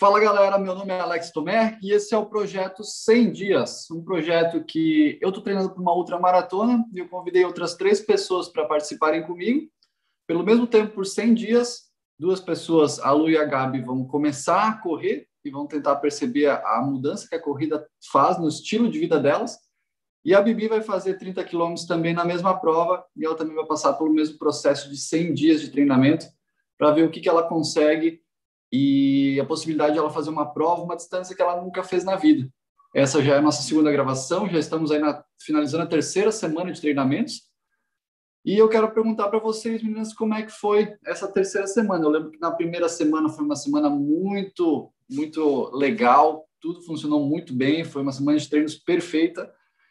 Fala galera, meu nome é Alex Tomé e esse é o projeto 100 Dias, um projeto que eu estou treinando para uma ultramaratona e eu convidei outras 3 pessoas para participarem comigo. Pelo mesmo tempo, por 100 dias, 2 pessoas, a Lu e a Gabi, vão começar a correr e vão tentar perceber a mudança que a corrida faz no estilo de vida delas. E a Bibi vai fazer 30 quilômetros também na mesma prova e ela também vai passar pelo mesmo processo de 100 dias de treinamento para ver o que ela consegue e a possibilidade de ela fazer uma prova, uma distância que ela nunca fez na vida. Essa já é a nossa segunda gravação, já estamos aí finalizando a 3ª semana de treinamentos. E eu quero perguntar para vocês, meninas, como é que foi essa 3ª semana. Eu lembro que na primeira semana foi uma semana muito, muito legal, tudo funcionou muito bem, foi uma semana de treinos perfeita.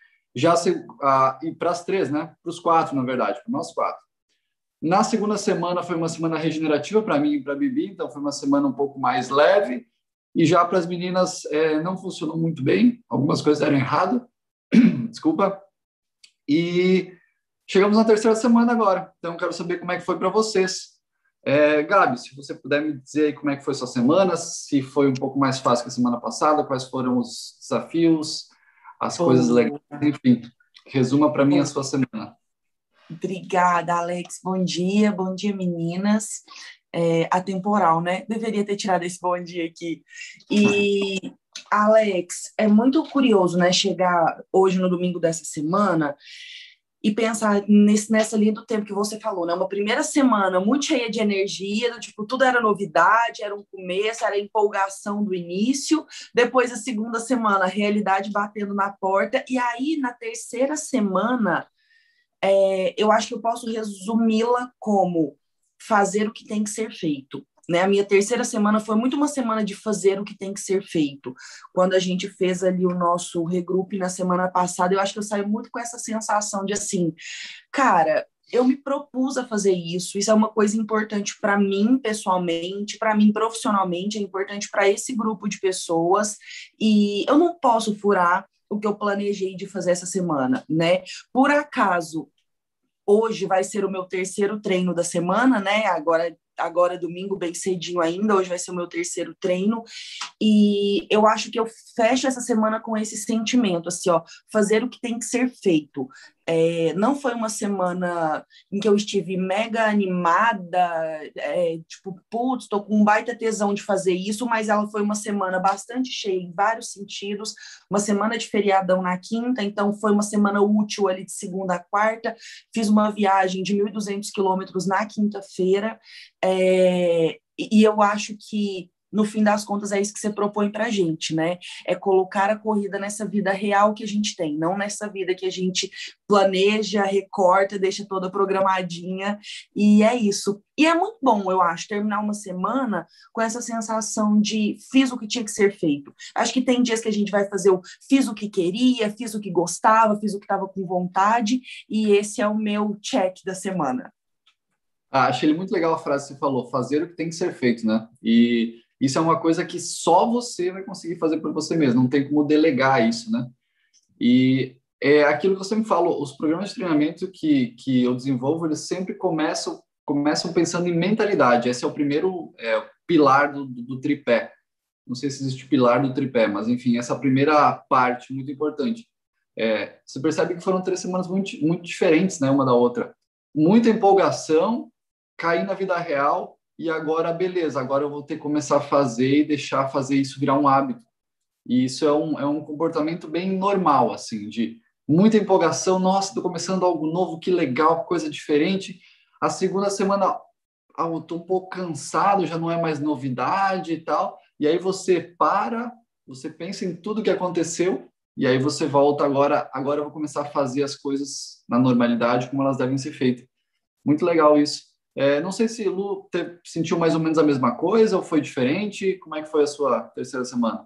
E para as 3, né? Para os 4, na verdade, para nós 4. Na segunda semana foi uma semana regenerativa para mim e para a Bibi, então foi uma semana um pouco mais leve. E já para as meninas não funcionou muito bem, algumas coisas deram errado, desculpa. E chegamos na 3ª semana agora, então quero saber como é que foi para vocês. Gabi, se você puder me dizer aí como é que foi sua semana, se foi um pouco mais fácil que a semana passada, quais foram os desafios, as coisas legais, enfim, resuma para mim a sua semana. Obrigada, Alex. Bom dia, meninas. Atemporal, né? Deveria ter tirado esse bom dia aqui. E, Alex, é muito curioso, né? Chegar hoje no domingo dessa semana e pensar nessa linha do tempo que você falou, né? Uma primeira semana muito cheia de energia, tipo, tudo era novidade, era um começo, era empolgação do início. Depois, a segunda semana, a realidade batendo na porta. E aí, na 3ª semana, eu acho que eu posso resumi-la como fazer o que tem que ser feito. Né? A minha 3ª semana foi muito uma semana de fazer o que tem que ser feito. Quando a gente fez ali o nosso regroup na semana passada, eu acho que eu saí muito com essa sensação de assim, cara, eu me propus a fazer isso é uma coisa importante para mim pessoalmente, para mim profissionalmente, é importante para esse grupo de pessoas e eu não posso furar o que eu planejei de fazer essa semana, né? Por acaso, hoje vai ser o meu 3º treino da semana, né? Agora domingo, bem cedinho ainda, hoje vai ser o meu 3º treino, e eu acho que eu fecho essa semana com esse sentimento, assim, ó, fazer o que tem que ser feito. Não foi uma semana em que eu estive mega animada, tipo, putz, tô com um baita tesão de fazer isso, mas ela foi uma semana bastante cheia em vários sentidos, uma semana de feriadão na quinta, então foi uma semana útil ali de segunda a quarta, fiz uma viagem de 1.200 quilômetros na quinta-feira, e eu acho que no fim das contas, é isso que você propõe para a gente, né? É colocar a corrida nessa vida real que a gente tem, não nessa vida que a gente planeja, recorta, deixa toda programadinha, e é isso. E é muito bom, eu acho, terminar uma semana com essa sensação de fiz o que tinha que ser feito. Acho que tem dias que a gente vai fazer o fiz o que queria, fiz o que gostava, fiz o que estava com vontade, e esse é o meu check da semana. Achei muito legal a frase que você falou, fazer o que tem que ser feito, né? E isso é uma coisa que só você vai conseguir fazer por você mesmo, não tem como delegar isso, né? E é aquilo que você me falou, os programas de treinamento que eu desenvolvo, eles sempre começam pensando em mentalidade. Esse é o primeiro pilar do tripé. Não sei se existe pilar do tripé, mas enfim, essa primeira parte muito importante. Você percebe que foram 3 semanas muito, muito diferentes, né, uma da outra. Muita empolgação, cair na vida real e agora, beleza, agora eu vou ter que começar a fazer e deixar fazer isso virar um hábito. E isso é um comportamento bem normal, assim, de muita empolgação. Nossa, estou começando algo novo, que legal, coisa diferente. A segunda semana, eu estou um pouco cansado, já não é mais novidade e tal. E aí você você pensa em tudo que aconteceu e aí você volta agora eu vou começar a fazer as coisas na normalidade como elas devem ser feitas. Muito legal isso. Não sei se Lu sentiu mais ou menos a mesma coisa ou foi diferente. Como é que foi a sua 3ª semana?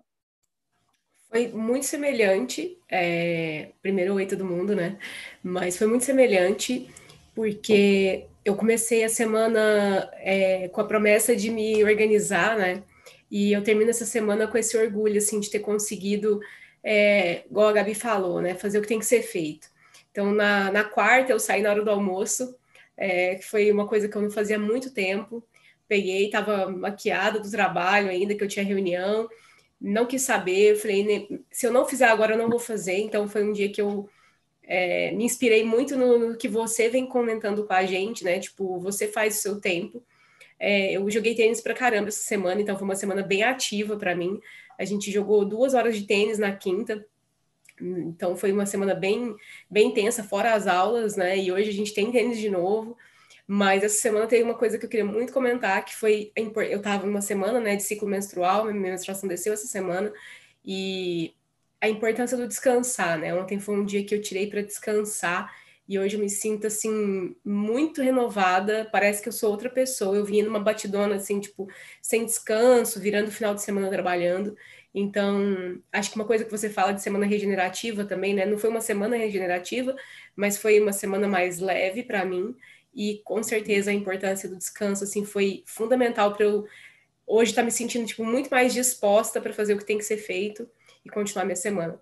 Foi muito semelhante. Primeiro, oi todo mundo, né? Mas foi muito semelhante porque eu comecei a semana com a promessa de me organizar, né? E eu termino essa semana com esse orgulho, assim, de ter conseguido, igual a Gabi falou, né? Fazer o que tem que ser feito. Então, na quarta, eu saí na hora do almoço, que foi uma coisa que eu não fazia há muito tempo. peguei, estava maquiada do trabalho ainda, que eu tinha reunião, não quis saber, eu falei, se eu não fizer agora, eu não vou fazer. Então foi um dia que eu me inspirei muito no que você vem comentando com a gente, né? Tipo, você faz o seu tempo. Eu joguei tênis pra caramba essa semana, então foi uma semana bem ativa para mim. A gente jogou 2 horas de tênis na quinta, então foi uma semana bem, bem intensa, fora as aulas, né? E hoje a gente tem tênis de novo. Mas essa semana tem uma coisa que eu queria muito comentar, que foi, eu estava numa semana, né, de ciclo menstrual, minha menstruação desceu essa semana, e a importância do descansar, né? Ontem foi um dia que eu tirei para descansar, e hoje eu me sinto, assim, muito renovada, parece que eu sou outra pessoa. Eu vinha numa batidona, assim, tipo, sem descanso, virando o final de semana trabalhando. Então, acho que uma coisa que você fala de semana regenerativa também, né? Não foi uma semana regenerativa, mas foi uma semana mais leve para mim. E com certeza a importância do descanso assim foi fundamental para eu hoje estar me sentindo tipo muito mais disposta para fazer o que tem que ser feito e continuar minha semana.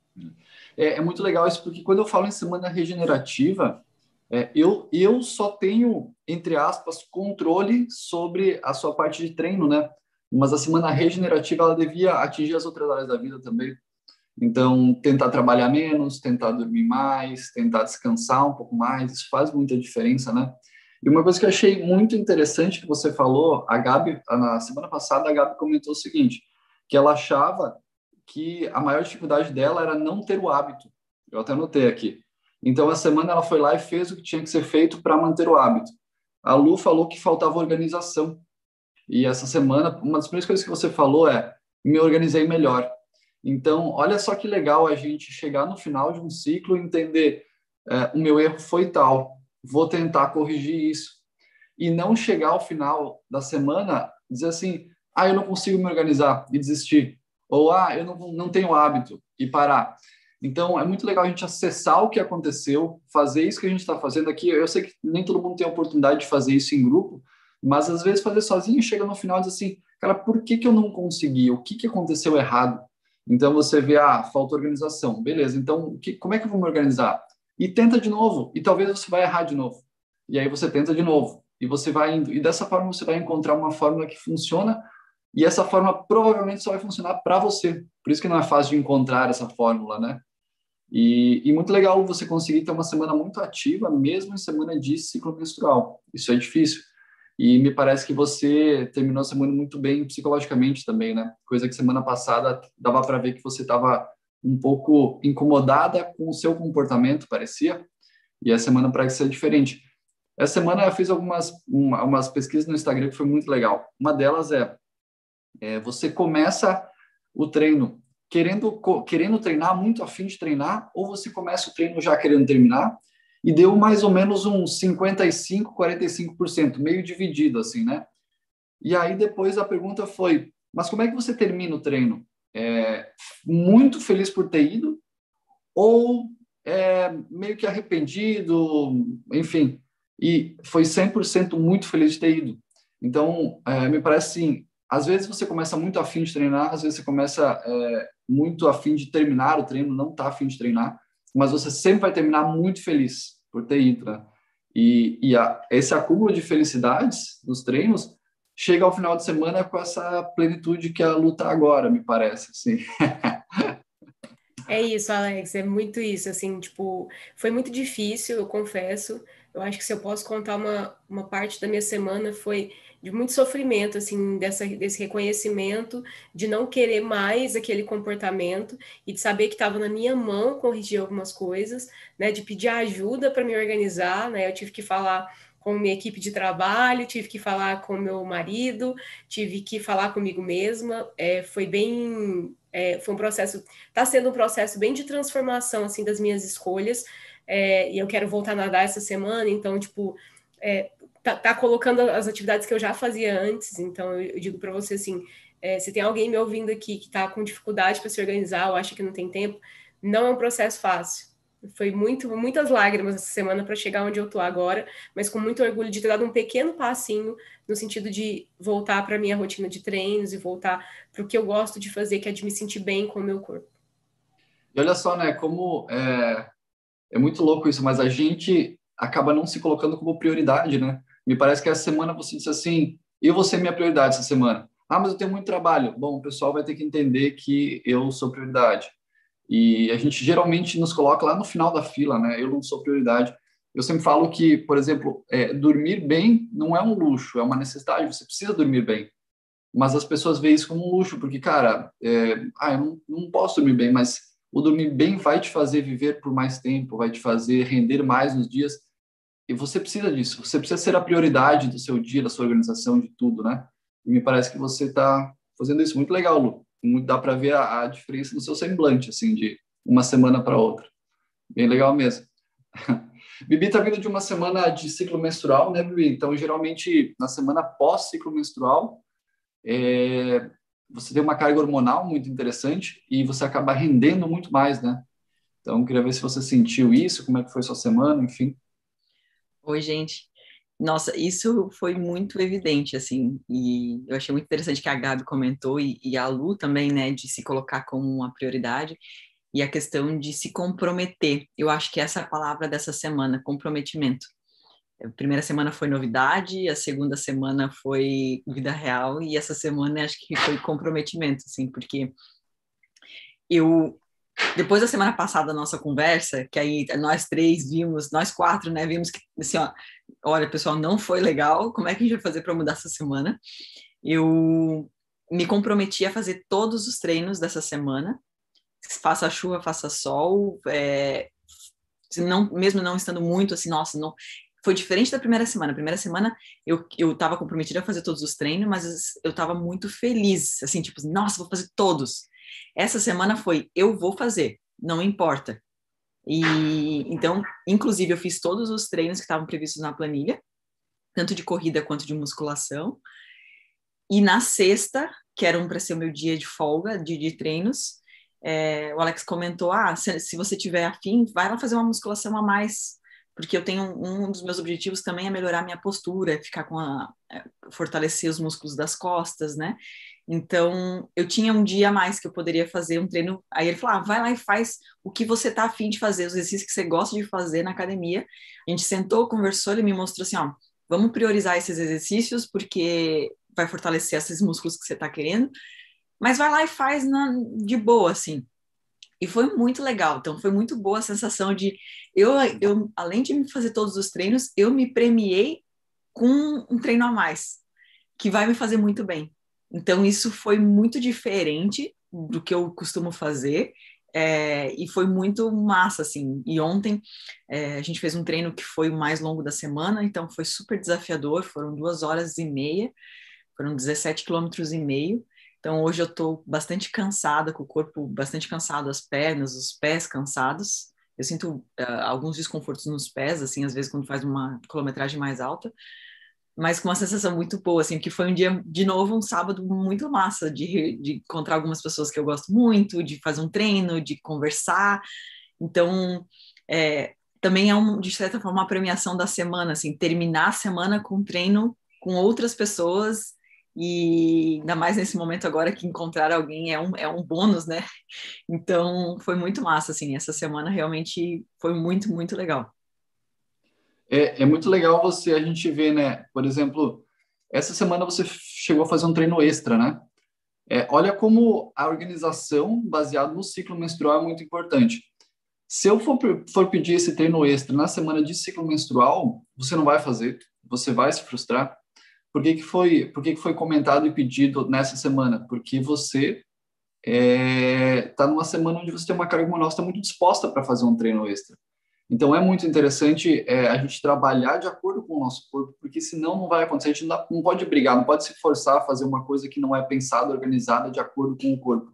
É muito legal isso, porque quando eu falo em semana regenerativa, eu só tenho, entre aspas, controle sobre a sua parte de treino, né? Mas a semana regenerativa, ela devia atingir as outras áreas da vida também. Então, tentar trabalhar menos, tentar dormir mais, tentar descansar um pouco mais, isso faz muita diferença, né? E uma coisa que eu achei muito interessante que você falou, a Gabi, na semana passada, a Gabi comentou o seguinte, que ela achava que a maior dificuldade dela era não ter o hábito. Eu até anotei aqui. Então, a semana ela foi lá e fez o que tinha que ser feito para manter o hábito. A Lu falou que faltava organização. E essa semana, uma das primeiras coisas que você falou é me organizei melhor. Então, olha só que legal a gente chegar no final de um ciclo e entender o meu erro foi tal, vou tentar corrigir isso. E não chegar ao final da semana dizer assim, eu não consigo me organizar e desistir. Ou, eu não tenho hábito e parar. Então, é muito legal a gente acessar o que aconteceu, fazer isso que a gente está fazendo aqui. Eu sei que nem todo mundo tem a oportunidade de fazer isso em grupo, mas às vezes fazer sozinho chega no final e diz assim, cara, por que eu não consegui? O que aconteceu errado? Então você vê, falta organização. Beleza, então como é que eu vou me organizar? E tenta de novo, e talvez você vai errar de novo. E aí você tenta de novo, e você vai indo. E dessa forma você vai encontrar uma fórmula que funciona, e essa fórmula provavelmente só vai funcionar para você. Por isso que não é fácil de encontrar essa fórmula, né? E muito legal você conseguir ter uma semana muito ativa, mesmo em semana de ciclo menstrual. Isso é difícil. E me parece que você terminou a semana muito bem psicologicamente também, né? Coisa que semana passada dava para ver que você estava um pouco incomodada com o seu comportamento, parecia. E a semana parece ser diferente. Essa semana eu fiz umas pesquisas no Instagram que foi muito legal. Uma delas você começa o treino querendo treinar, muito a fim de treinar, ou você começa o treino já querendo terminar, e deu mais ou menos uns 55%, 45%, meio dividido, assim, né? E aí depois a pergunta foi, mas como é que você termina o treino? Muito feliz por ter ido, ou meio que arrependido, enfim, e foi 100% muito feliz de ter ido. Então, me parece assim, às vezes você começa muito afim de treinar, às vezes você começa muito afim de terminar o treino, não está afim de treinar, mas você sempre vai terminar muito feliz por ter ido, né? Esse acúmulo de felicidades dos treinos chega ao final de semana com essa plenitude que a Lu tá agora, me parece, assim. É isso, Alex, é muito isso, assim, tipo, foi muito difícil, eu confesso. Eu acho que se eu posso contar uma parte da minha semana foi de muito sofrimento, assim, desse reconhecimento, de não querer mais aquele comportamento e de saber que estava na minha mão corrigir algumas coisas, né, de pedir ajuda para me organizar, né, eu tive que falar com minha equipe de trabalho, tive que falar com meu marido, tive que falar comigo mesma, foi um processo, está sendo um processo bem de transformação, assim, das minhas escolhas, e eu quero voltar a nadar essa semana, então, tipo, tá colocando as atividades que eu já fazia antes, então eu digo para você, assim, se tem alguém me ouvindo aqui que está com dificuldade para se organizar ou acha que não tem tempo, não é um processo fácil. Foi muitas lágrimas essa semana para chegar onde eu tô agora, mas com muito orgulho de ter dado um pequeno passinho no sentido de voltar para a minha rotina de treinos e voltar para o que eu gosto de fazer, que é de me sentir bem com o meu corpo. E olha só, né, como é muito louco isso, mas a gente acaba não se colocando como prioridade, né? Me parece que essa semana você disse assim, Eu vou ser minha prioridade essa semana. Ah, mas eu tenho muito trabalho. Bom, o pessoal vai ter que entender que eu sou prioridade. E a gente geralmente nos coloca lá no final da fila, né? Eu não sou prioridade. Eu sempre falo que, por exemplo, dormir bem não é um luxo, é uma necessidade. Você precisa dormir bem. Mas as pessoas veem isso como um luxo, porque, cara, eu não posso dormir bem, mas o dormir bem vai te fazer viver por mais tempo, vai te fazer render mais nos dias. E você precisa disso. Você precisa ser a prioridade do seu dia, da sua organização, de tudo, né? E me parece que você está fazendo isso muito legal, Lu. Muito, dá para ver a diferença no seu semblante, assim, de uma semana para outra. Bem legal mesmo. Bibi está vindo de uma semana de ciclo menstrual, né, Bibi? Então, geralmente, na semana pós-ciclo menstrual, você tem uma carga hormonal muito interessante e você acaba rendendo muito mais, né? Então, queria ver se você sentiu isso, como é que foi sua semana, enfim. Oi, gente. Nossa, isso foi muito evidente, assim, e eu achei muito interessante que a Gabi comentou, e a Lu também, né, de se colocar como uma prioridade, e a questão de se comprometer. Eu acho que essa é a palavra dessa semana, comprometimento. A primeira semana foi novidade, a segunda semana foi vida real, e essa semana acho que foi comprometimento, assim, porque eu depois da semana passada, a nossa conversa, que aí nós três vimos, nós quatro, né, vimos que, assim, ó, olha, pessoal, não foi legal, como é que a gente vai fazer para mudar essa semana? Eu me comprometi a fazer todos os treinos dessa semana, faça chuva, faça sol, não, mesmo não estando muito, assim, nossa, não... Foi diferente da primeira semana. A primeira semana eu estava comprometida a fazer todos os treinos, mas eu estava muito feliz, assim, tipo, nossa, vou fazer todos. Essa semana foi, eu vou fazer, não importa. E então, inclusive, eu fiz todos os treinos que estavam previstos na planilha, tanto de corrida quanto de musculação. E na sexta, que era para ser o meu dia de folga, de treinos, o Alex comentou, se você tiver afim, vai lá fazer uma musculação a mais, porque eu tenho um dos meus objetivos também é melhorar minha postura, ficar fortalecer os músculos das costas, né? Então, eu tinha um dia a mais que eu poderia fazer um treino. Aí ele falou: vai lá e faz o que você tá afim de fazer, os exercícios que você gosta de fazer na academia. A gente sentou, conversou, ele me mostrou assim: ó, vamos priorizar esses exercícios, porque vai fortalecer esses músculos que você tá querendo, mas vai lá e faz de boa, assim. E foi muito legal. Então, foi muito boa a sensação de eu além de me fazer todos os treinos, eu me premiei com um treino a mais, que vai me fazer muito bem. Então, isso foi muito diferente do que eu costumo fazer, e foi muito massa, assim. E ontem a gente fez um treino que foi o mais longo da semana, então foi super desafiador, foram 2 horas e meia, foram 17,5 km. Então, hoje eu estou bastante cansada, com o corpo bastante cansado, as pernas, os pés cansados. Eu sinto alguns desconfortos nos pés, assim, às vezes quando faz uma quilometragem mais alta, mas com uma sensação muito boa, assim, porque foi um dia, de novo, um sábado muito massa, de encontrar algumas pessoas que eu gosto muito, de fazer um treino, de conversar. Então, também é, de certa forma, uma premiação da semana, assim, terminar a semana com um treino com outras pessoas, e ainda mais nesse momento agora que encontrar alguém é um bônus, né? Então, foi muito massa, assim, essa semana realmente foi muito, muito legal. É muito legal a gente ver, né? Por exemplo, essa semana você chegou a fazer um treino extra, né? Olha como a organização baseada no ciclo menstrual é muito importante. Se eu for pedir esse treino extra na semana de ciclo menstrual, você não vai fazer, você vai se frustrar. Por que que foi comentado e pedido nessa semana? Porque você está numa semana onde você tem uma carga hormonal, está muito disposta para fazer um treino extra. Então, é muito interessante a gente trabalhar de acordo com o nosso corpo, porque senão não vai acontecer. A gente não pode brigar, não pode se forçar a fazer uma coisa que não é pensada, organizada de acordo com o corpo.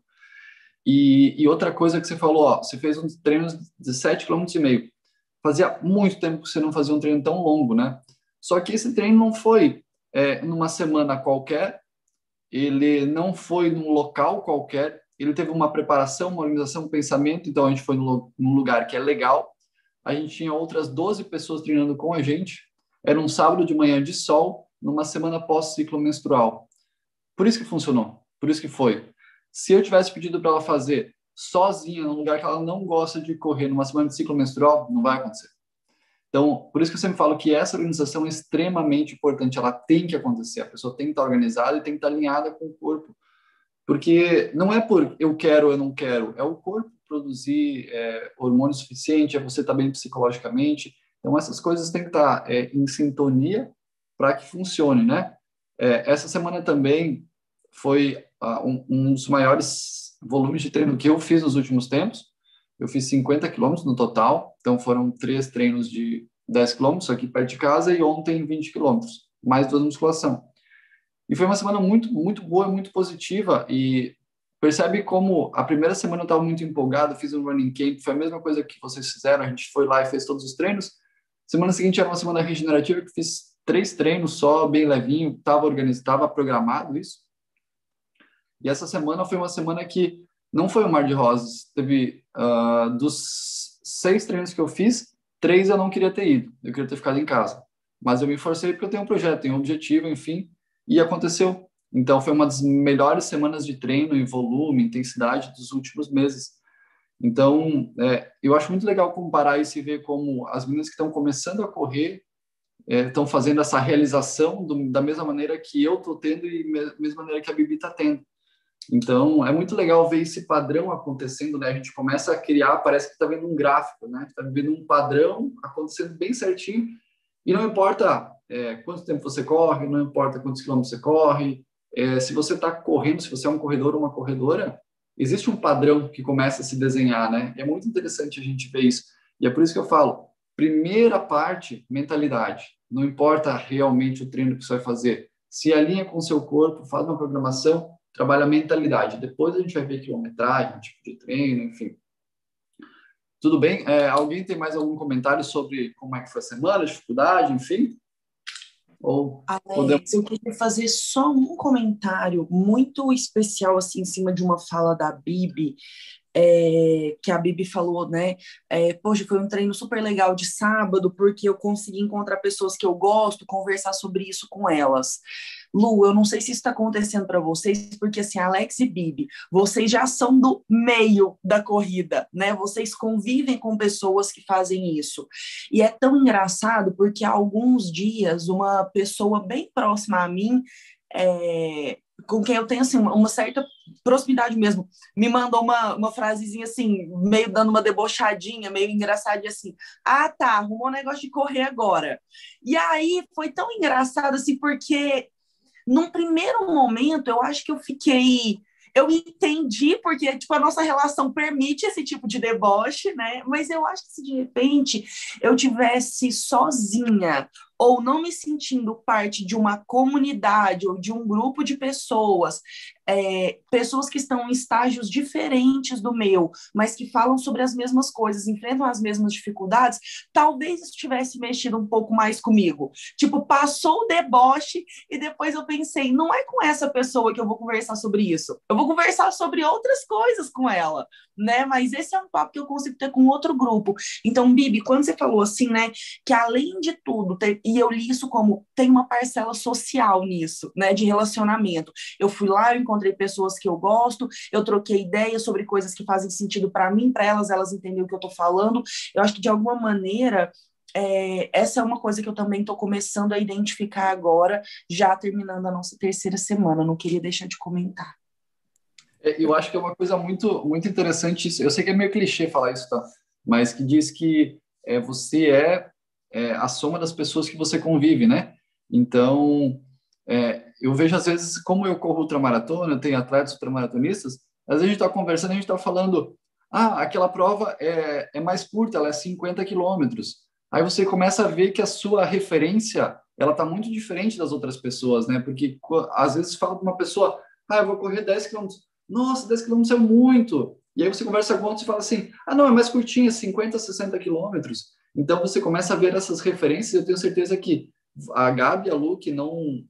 E outra coisa que você falou, ó, você fez uns treinos de 7,5 km. Fazia muito tempo que você não fazia um treino tão longo, né? Só que esse treino não foi numa semana qualquer, ele não foi num local qualquer, ele teve uma preparação, uma organização, um pensamento. Então, a gente foi num lugar que é legal. A gente tinha outras 12 pessoas treinando com a gente. Era um sábado de manhã de sol, numa semana pós-ciclo menstrual. Por isso que funcionou, por isso que foi. Se eu tivesse pedido para ela fazer sozinha, num lugar que ela não gosta de correr, numa semana de ciclo menstrual, não vai acontecer. Então, por isso que eu sempre falo que essa organização é extremamente importante, ela tem que acontecer, a pessoa tem que estar organizada e tem que estar alinhada com o corpo, porque não é por eu quero ou eu não quero, é o corpo produzir hormônio suficiente, é você estar bem psicologicamente, então essas coisas têm que estar em sintonia para que funcione, né? Essa semana também foi um dos maiores volumes de treino que eu fiz nos últimos tempos. Eu fiz 50 quilômetros no total, então foram 3 treinos de 10 quilômetros aqui perto de casa e ontem 20 quilômetros, mais 2 musculação. E foi uma semana muito, muito boa, muito positiva e percebe como a primeira semana eu estava muito empolgado, fiz um running camp, foi a mesma coisa que vocês fizeram, a gente foi lá e fez todos os treinos. Semana seguinte era uma semana regenerativa que fiz 3 treinos só, bem levinho, estava organizado, estava programado isso. E essa semana foi uma semana que não foi um mar de rosas. Teve, dos 6 treinos que eu fiz, 3 eu não queria ter ido. Eu queria ter ficado em casa. Mas eu me forcei porque eu tenho um projeto, tenho um objetivo, enfim. E aconteceu. Então, foi uma das melhores semanas de treino em volume, intensidade dos últimos meses. Então, eu acho muito legal comparar isso e ver como as meninas que estão começando a correr estão fazendo essa realização da mesma maneira que eu estou tendo e da mesma maneira que a Bibi está tendo. Então, é muito legal ver esse padrão acontecendo, né? A gente começa a criar, parece que está vendo um gráfico, né? Está vendo um padrão acontecendo bem certinho. E não importa quanto tempo você corre, não importa quantos quilômetros você corre, se você está correndo, se você é um corredor ou uma corredora, existe um padrão que começa a se desenhar, né? E é muito interessante a gente ver isso. E é por isso que eu falo, primeira parte, mentalidade. Não importa realmente o treino que você vai fazer. Se alinha com o seu corpo, faz uma programação, trabalha a mentalidade. Depois a gente vai ver quilometragem, tipo de treino, enfim. Tudo bem? Alguém tem mais algum comentário sobre como é que foi a semana, dificuldade, enfim? Ou Alex, eu queria fazer só um comentário muito especial assim, em cima de uma fala da Bibi, que a Bibi falou, né? Poxa, foi um treino super legal de sábado, porque eu consegui encontrar pessoas que eu gosto, conversar sobre isso com elas. Lu, eu não sei se isso está acontecendo para vocês, porque assim, Alex e Bibi, vocês já são do meio da corrida, né? Vocês convivem com pessoas que fazem isso. E é tão engraçado porque há alguns dias uma pessoa bem próxima a mim, com quem eu tenho assim, uma certa proximidade mesmo, me mandou uma frasezinha assim, meio dando uma debochadinha, meio engraçadinha assim, ah tá, arrumou um negócio de correr agora. E aí foi tão engraçado assim, porque num primeiro momento, eu acho que eu entendi, porque tipo, a nossa relação permite esse tipo de deboche, né? Mas eu acho que se de repente eu tivesse sozinha ou não me sentindo parte de uma comunidade ou de um grupo de pessoas, pessoas que estão em estágios diferentes do meu, mas que falam sobre as mesmas coisas, enfrentam as mesmas dificuldades, talvez isso tivesse mexido um pouco mais comigo. Tipo, passou o deboche e depois eu pensei, não é com essa pessoa que eu vou conversar sobre isso. Eu vou conversar sobre outras coisas com ela, né? Mas esse é um papo que eu consigo ter com outro grupo. Então, Bibi, quando você falou assim, né, que além de tudo, e eu li isso como tem uma parcela social nisso, né, de relacionamento. Eu fui lá, eu encontrei pessoas que eu gosto, eu troquei ideias sobre coisas que fazem sentido para mim, para elas entenderem o que eu estou falando. Eu acho que de alguma maneira essa é uma coisa que eu também estou começando a identificar agora, já terminando a nossa terceira semana. Não queria deixar de comentar. Eu acho que é uma coisa muito, muito interessante isso. Eu sei que é meio clichê falar isso, tá? Mas que diz que você a soma das pessoas que você convive, né? Então, eu vejo às vezes, como eu corro ultramaratona, tenho atletas ultramaratonistas, às vezes a gente está conversando, a gente está falando, aquela prova é mais curta, ela é 50 quilômetros. Aí você começa a ver que a sua referência, ela está muito diferente das outras pessoas, né? Porque às vezes fala para uma pessoa, eu vou correr 10 quilômetros. Nossa, 10 quilômetros é muito. E aí você conversa com outros e fala assim, não, é mais curtinha, 50, 60 quilômetros. Então você começa a ver essas referências. Eu tenho certeza que a Gabi e a Lu, que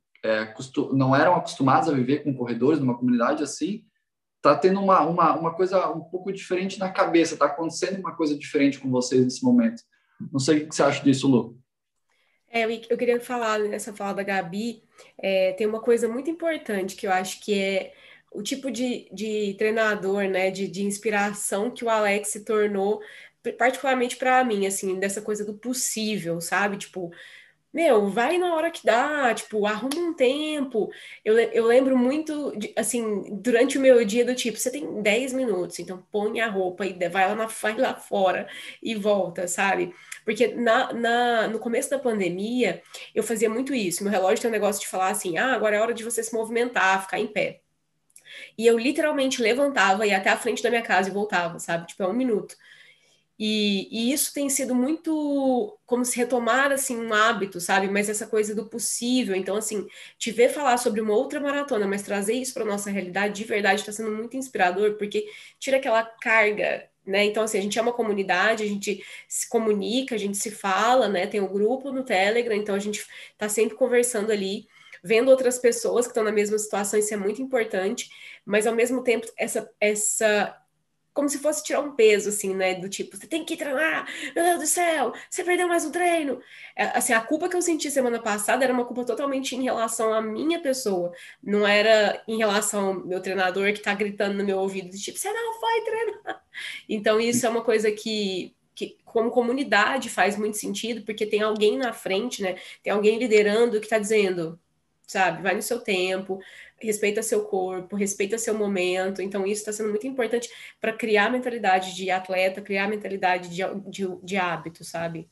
não eram acostumados a viver com corredores numa comunidade assim, tá tendo uma coisa um pouco diferente na cabeça, tá acontecendo uma coisa diferente com vocês nesse momento. Não sei o que você acha disso, Lu. Eu queria falar, nessa fala da Gabi, tem uma coisa muito importante que eu acho que é o tipo de treinador, né, de inspiração que o Alex se tornou particularmente para mim, assim, dessa coisa do possível, sabe? Tipo, meu, vai na hora que dá, tipo, arruma um tempo. Eu lembro muito, assim, durante o meu dia do tipo, você tem 10 minutos, então põe a roupa e vai lá fora e volta, sabe? Porque no começo da pandemia, eu fazia muito isso. Meu relógio tem um negócio de falar assim, agora é hora de você se movimentar, ficar em pé. E eu literalmente levantava, ia até a frente da minha casa e voltava, sabe? Tipo, é 1 minuto. E isso tem sido muito como se retomar assim um hábito, sabe? Mas essa coisa do possível. Então, assim, te ver falar sobre uma outra maratona, mas trazer isso para nossa realidade de verdade está sendo muito inspirador, porque tira aquela carga, né? Então, assim, a gente é uma comunidade, a gente se comunica, a gente se fala, né? Tem um grupo no Telegram, então a gente está sempre conversando ali. Vendo outras pessoas que estão na mesma situação, isso é muito importante, mas ao mesmo tempo, essa como se fosse tirar um peso, assim, né? Do tipo, você tem que treinar, meu Deus do céu, você perdeu mais um treino. Assim, a culpa que eu senti semana passada era uma culpa totalmente em relação à minha pessoa, não era em relação ao meu treinador que tá gritando no meu ouvido, do tipo, você não vai treinar. Então, isso é uma coisa que como comunidade faz muito sentido, porque tem alguém na frente, né? Tem alguém liderando que tá dizendo, sabe, vai no seu tempo, respeita seu corpo, respeita seu momento. Então, isso está sendo muito importante para criar a mentalidade de atleta, criar a mentalidade de hábito, sabe?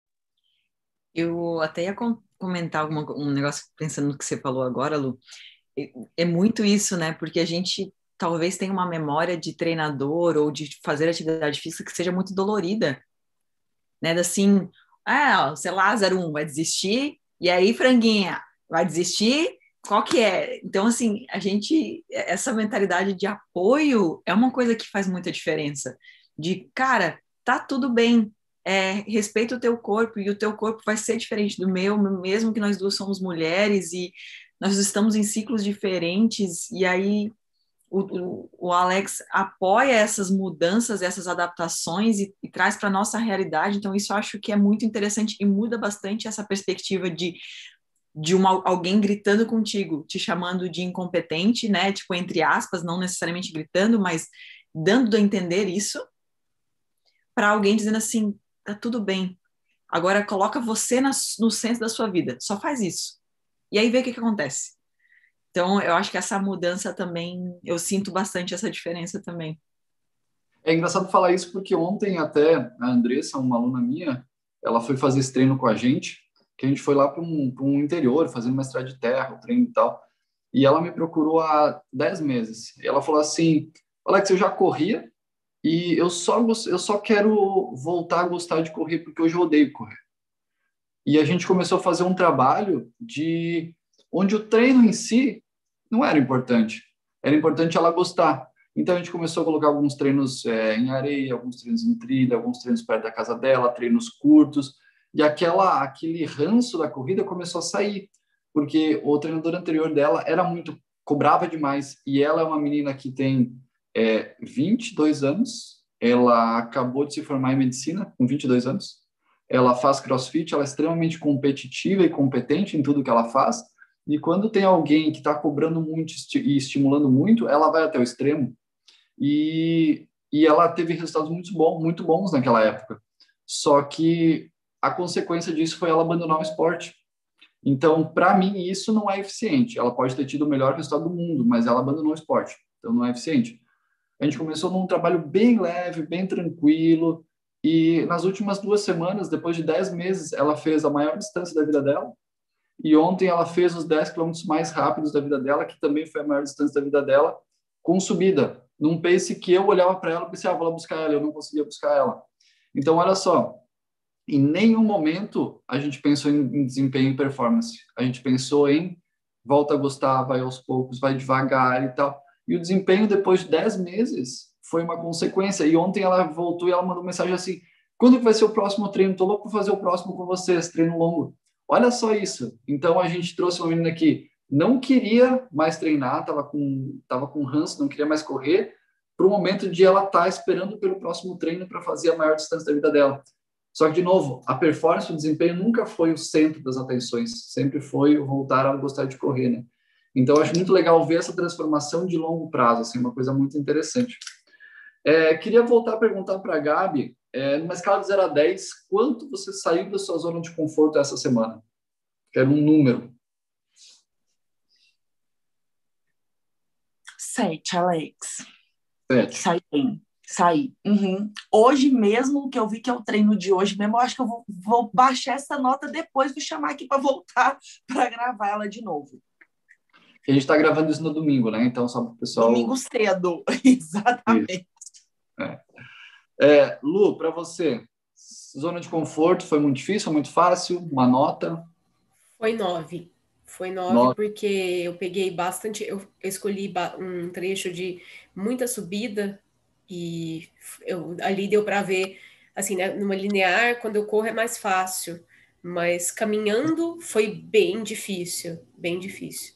Eu até ia comentar um negócio pensando no que você falou agora, Lu. É muito isso, né? Porque a gente talvez tenha uma memória de treinador ou de fazer atividade física que seja muito dolorida, né? Assim, sei lá, 01 vai desistir, e aí, franguinha, vai desistir? Qual que é? Então, assim, essa mentalidade de apoio é uma coisa que faz muita diferença. De, cara, tá tudo bem, respeita o teu corpo, e o teu corpo vai ser diferente do meu, mesmo que nós duas somos mulheres, e nós estamos em ciclos diferentes, e aí o Alex apoia essas mudanças, essas adaptações e traz para a nossa realidade. Então, isso eu acho que é muito interessante e muda bastante essa perspectiva de alguém gritando contigo, te chamando de incompetente, né? Tipo, entre aspas, não necessariamente gritando, mas dando a entender isso, para alguém dizendo assim, tá tudo bem. Agora coloca você no centro da sua vida, só faz isso. E aí vê o que acontece. Então, eu acho que essa mudança também, eu sinto bastante essa diferença também. É engraçado falar isso porque ontem até a Andressa, uma aluna minha, ela foi fazer esse treino com a gente, que a gente foi lá para um interior, fazendo uma estrada de terra, o treino e tal, e ela me procurou há 10 meses. E ela falou assim, Alex, eu já corria e eu só quero voltar a gostar de correr porque hoje eu odeio correr. E a gente começou a fazer um trabalho de onde o treino em si não era importante. Era importante ela gostar. Então a gente começou a colocar alguns treinos em areia, alguns treinos em trilha, alguns treinos perto da casa dela, treinos curtos. E aquele ranço da corrida começou a sair, porque o treinador anterior dela cobrava demais. E ela é uma menina que tem 22 anos. Ela acabou de se formar em medicina com 22 anos. Ela faz CrossFit, ela é extremamente competitiva e competente em tudo que ela faz. E quando tem alguém que está cobrando muito e estimulando muito, ela vai até o extremo. E ela teve resultados muito bons naquela época. Só que a consequência disso foi ela abandonar o esporte. Então, para mim, isso não é eficiente. Ela pode ter tido o melhor resultado do mundo, mas ela abandonou o esporte. Então, não é eficiente. A gente começou num trabalho bem leve, bem tranquilo. E nas últimas 2 semanas, depois de 10 meses, ela fez a maior distância da vida dela. E ontem ela fez os 10 quilômetros mais rápidos da vida dela, que também foi a maior distância da vida dela, com subida, num pace que eu olhava para ela e pensei, vou lá buscar ela, eu não conseguia buscar ela. Então, olha só, em nenhum momento a gente pensou em desempenho e performance. A gente pensou em volta a gostar, vai aos poucos, vai devagar e tal. E o desempenho, depois de 10 meses, foi uma consequência. E ontem ela voltou e ela mandou mensagem assim, quando que vai ser o próximo treino? Estou louco para fazer o próximo com vocês, treino longo. Olha só isso. Então, a gente trouxe uma menina que não queria mais treinar, estava com ranço, não queria mais correr, para o momento de ela estar esperando pelo próximo treino para fazer a maior distância da vida dela. Só que, de novo, a performance, o desempenho nunca foi o centro das atenções, sempre foi o voltar a gostar de correr, né? Então, eu acho muito legal ver essa transformação de longo prazo, assim, uma coisa muito interessante. Queria voltar a perguntar para a Gabi, numa escala de 0 a 10, quanto você saiu da sua zona de conforto essa semana? Quero um número. 7, Alex. 7. Saí bem. Saí. Uhum. Hoje mesmo, que eu vi que é o treino de hoje mesmo, eu acho que eu vou baixar essa nota depois, vou chamar aqui para voltar para gravar ela de novo. A gente está gravando isso no domingo, né? Então, só para o pessoal... Domingo cedo, exatamente. Lu, para você, zona de conforto foi muito difícil, foi muito fácil? Uma nota? Foi 9. Foi 9 9. porque eu peguei bastante, eu escolhi um trecho de muita subida e ali deu para ver, assim, né, numa linear, quando eu corro é mais fácil, mas caminhando foi bem difícil, bem difícil.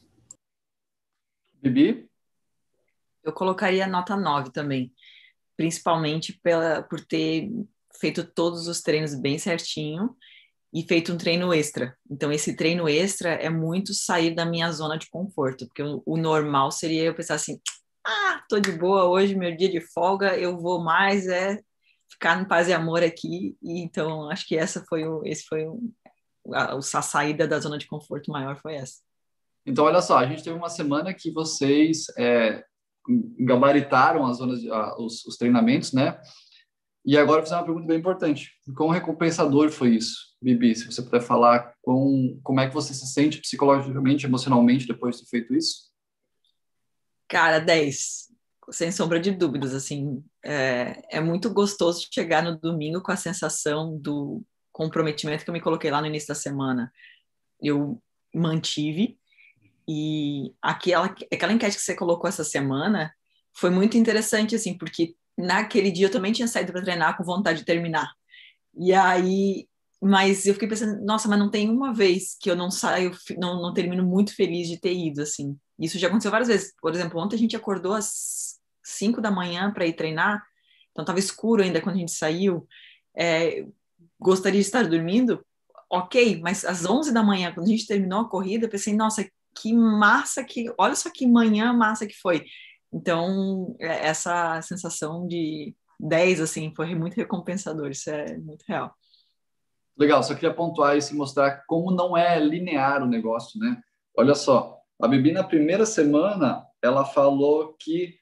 Bibi? Eu colocaria nota 9 também, principalmente por ter feito todos os treinos bem certinho e feito um treino extra. Então, esse treino extra é muito sair da minha zona de conforto, porque o normal seria eu pensar assim, tô de boa hoje, meu dia de folga, eu vou mais ficar no paz e amor aqui. E então, acho que esse foi a saída da zona de conforto maior foi essa. Então, olha só, a gente teve uma semana que vocês gabaritaram as zonas, os treinamentos, né? E agora eu vou fazer uma pergunta bem importante. Quão recompensador foi isso, Bibi? Se você puder falar como é que você se sente psicologicamente, emocionalmente depois de ter feito isso? Cara, 10. Sem sombra de dúvidas, assim. É muito gostoso chegar no domingo com a sensação do comprometimento que eu me coloquei lá no início da semana. Eu mantive. E aquela enquete que você colocou essa semana foi muito interessante, assim, porque naquele dia eu também tinha saído para treinar com vontade de terminar. E aí, mas eu fiquei pensando, nossa, mas não tem uma vez que eu não saio, não termino muito feliz de ter ido, assim. Isso já aconteceu várias vezes. Por exemplo, ontem a gente acordou às 5 da manhã para ir treinar, então estava escuro ainda quando a gente saiu. Gostaria de estar dormindo? Ok, mas às 11 da manhã, quando a gente terminou a corrida, eu pensei, nossa, que massa olha só que manhã massa que foi. Então, essa sensação de 10, assim, foi muito recompensador, isso é muito real. Legal, só queria pontuar isso e mostrar como não é linear o negócio, né? Olha só, a Bibi na primeira semana, ela falou que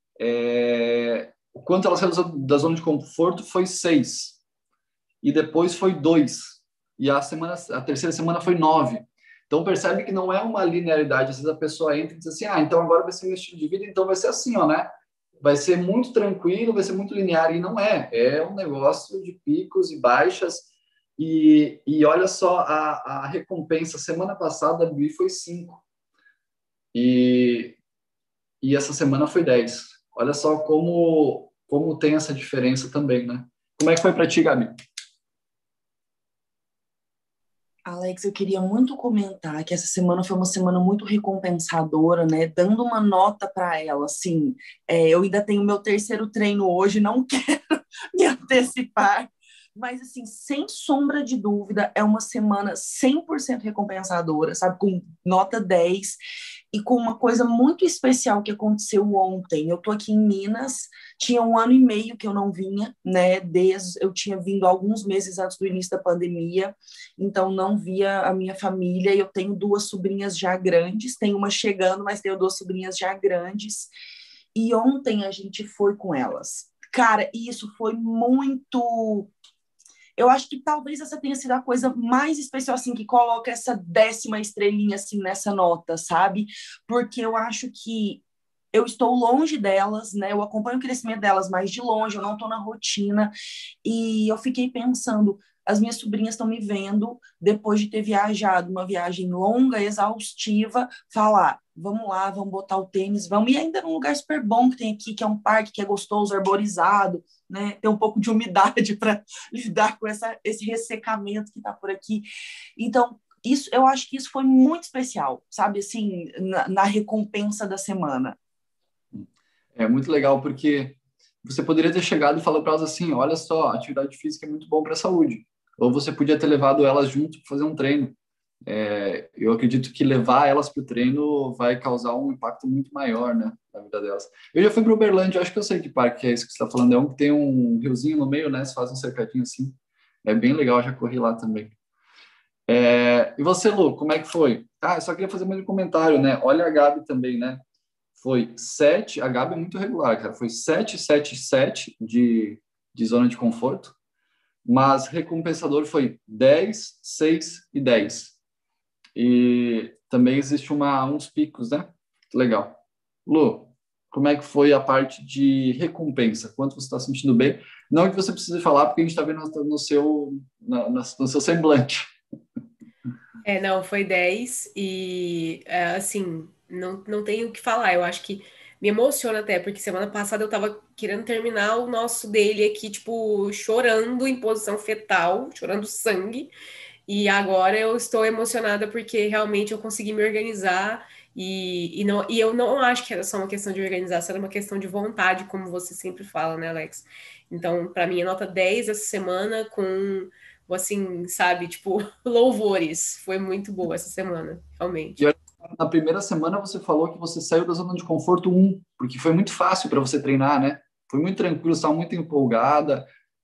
o quanto ela saiu da zona de conforto foi 6, e depois foi 2, e a terceira semana foi 9. Então, percebe que não é uma linearidade. Às vezes a pessoa entra e diz assim, então agora vai ser meu estilo de vida, então vai ser assim, ó, né? Vai ser muito tranquilo, vai ser muito linear, e não é. É um negócio de picos e baixas, e olha só, a recompensa, semana passada a Bibi foi 5, e essa semana foi 10. Olha só como tem essa diferença também, né? Como é que foi para ti, Gabi? Alex, eu queria muito comentar que essa semana foi uma semana muito recompensadora, né? Dando uma nota para ela, assim, eu ainda tenho meu terceiro treino hoje, não quero me antecipar, mas, assim, sem sombra de dúvida, é uma semana 100% recompensadora, sabe? Com nota 10 e com uma coisa muito especial que aconteceu ontem. Eu tô aqui em Minas, tinha 1 ano e meio que eu não vinha, né? Eu tinha vindo alguns meses antes do início da pandemia, então não via a minha família, e eu tenho 2 sobrinhas já grandes, tenho uma chegando, mas tenho 2 sobrinhas já grandes, e ontem a gente foi com elas. Cara, isso foi muito... Eu acho que talvez essa tenha sido a coisa mais especial, assim, que coloca essa 10ª estrelinha, assim, nessa nota, sabe? Porque eu acho que eu estou longe delas, né? Eu acompanho o crescimento delas mais de longe, eu não estou na rotina. E eu fiquei pensando, as minhas sobrinhas estão me vendo, depois de ter viajado, uma viagem longa, exaustiva, falar, vamos lá, vamos botar o tênis, vamos. E ainda num lugar super bom que tem aqui, que é um parque que é gostoso, arborizado, né? Tem um pouco de umidade para lidar com esse ressecamento que está por aqui. Então, eu acho que isso foi muito especial, sabe? Assim, na recompensa da semana. É muito legal, porque você poderia ter chegado e falado para elas assim, olha só, a atividade física é muito bom para a saúde. Ou você podia ter levado elas junto para fazer um treino. Eu acredito que levar elas para o treino vai causar um impacto muito maior, né? na vida delas. Eu já fui para Uberlândia, acho que eu sei que parque é esse que você está falando. É um que tem um riozinho no meio, né? Você faz um cercadinho assim. É bem legal, já corri lá também. E você, Lu, como é que foi? Eu só queria fazer mais um comentário, né? Olha a Gabi também, né? Foi 7, a Gabi é muito regular, cara. Foi 7, 7, 7 de zona de conforto, mas recompensador foi 10, 6 e 10. E também existe uns picos, né? Legal. Lu, como é que foi a parte de recompensa? Quanto você está sentindo bem? Não que você precise falar, porque a gente está vendo no seu semblante. Não, foi 10 e, assim, não tenho o que falar. Eu acho que me emociona até, porque semana passada eu tava querendo terminar o nosso daily aqui, tipo, chorando em posição fetal, chorando sangue. E agora eu estou emocionada porque realmente eu consegui me organizar e eu não acho que era só uma questão de organização, era uma questão de vontade, como você sempre fala, né, Alex? Então, para mim, é nota 10 essa semana com, assim, sabe, tipo, louvores. Foi muito boa essa semana, realmente. E na primeira semana você falou que você saiu da zona de conforto 1, porque foi muito fácil para você treinar, né? Foi muito tranquilo, você estava muito empolgada.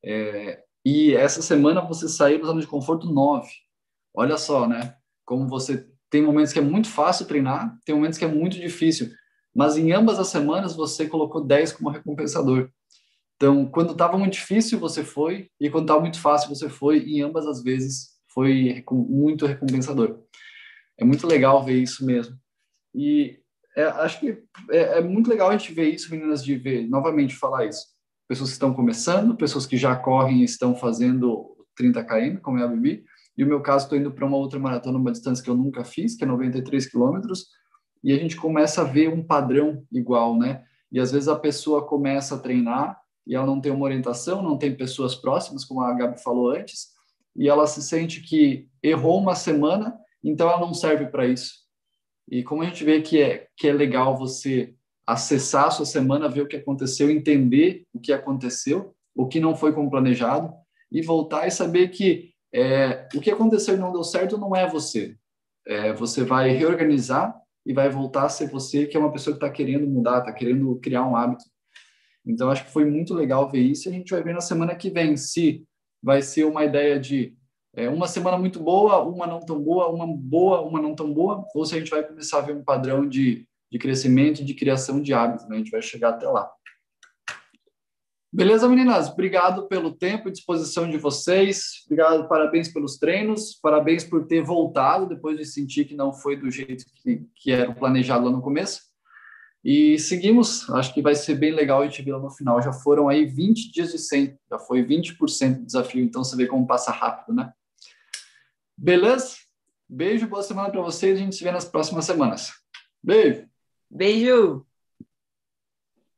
E essa semana você saiu da zona de conforto 9. Olha só, né? Como você tem momentos que é muito fácil treinar, tem momentos que é muito difícil. Mas em ambas as semanas você colocou 10 como recompensador. Então, quando estava muito difícil, você foi, e quando estava muito fácil, você foi, e em ambas as vezes foi muito recompensador. É muito legal ver isso mesmo. E acho que é muito legal a gente ver isso, meninas, de ver, novamente, falar isso. Pessoas que estão começando, pessoas que já correm e estão fazendo 30 km, como é a Bibi, e o meu caso, estou indo para uma outra maratona, uma distância que eu nunca fiz, que é 93 quilômetros, e a gente começa a ver um padrão igual, né? E às vezes a pessoa começa a treinar e ela não tem uma orientação, não tem pessoas próximas, como a Gabi falou antes, e ela se sente que errou uma semana, então ela não serve para isso. E como a gente vê que é legal você acessar a sua semana, ver o que aconteceu, entender o que aconteceu, o que não foi como planejado, e voltar e saber que o que aconteceu e não deu certo não é você. Você vai reorganizar e vai voltar a ser você, que é uma pessoa que está querendo mudar, está querendo criar um hábito. Então, acho que foi muito legal ver isso, e a gente vai ver na semana que vem se vai ser uma ideia de uma semana muito boa, uma não tão boa, uma não tão boa, ou se a gente vai começar a ver um padrão de crescimento e de criação de hábitos, né? A gente vai chegar até lá. Beleza, meninas? Obrigado pelo tempo e disposição de vocês. Obrigado, parabéns pelos treinos, parabéns por ter voltado depois de sentir que não foi do jeito que era planejado lá no começo. E seguimos, acho que vai ser bem legal a gente ver lá no final. Já foram aí 20 dias de 100, já foi 20% do desafio, então você vê como passa rápido, né? Beleza? Beijo, boa semana para vocês, a gente se vê nas próximas semanas. Beijo! Beijo!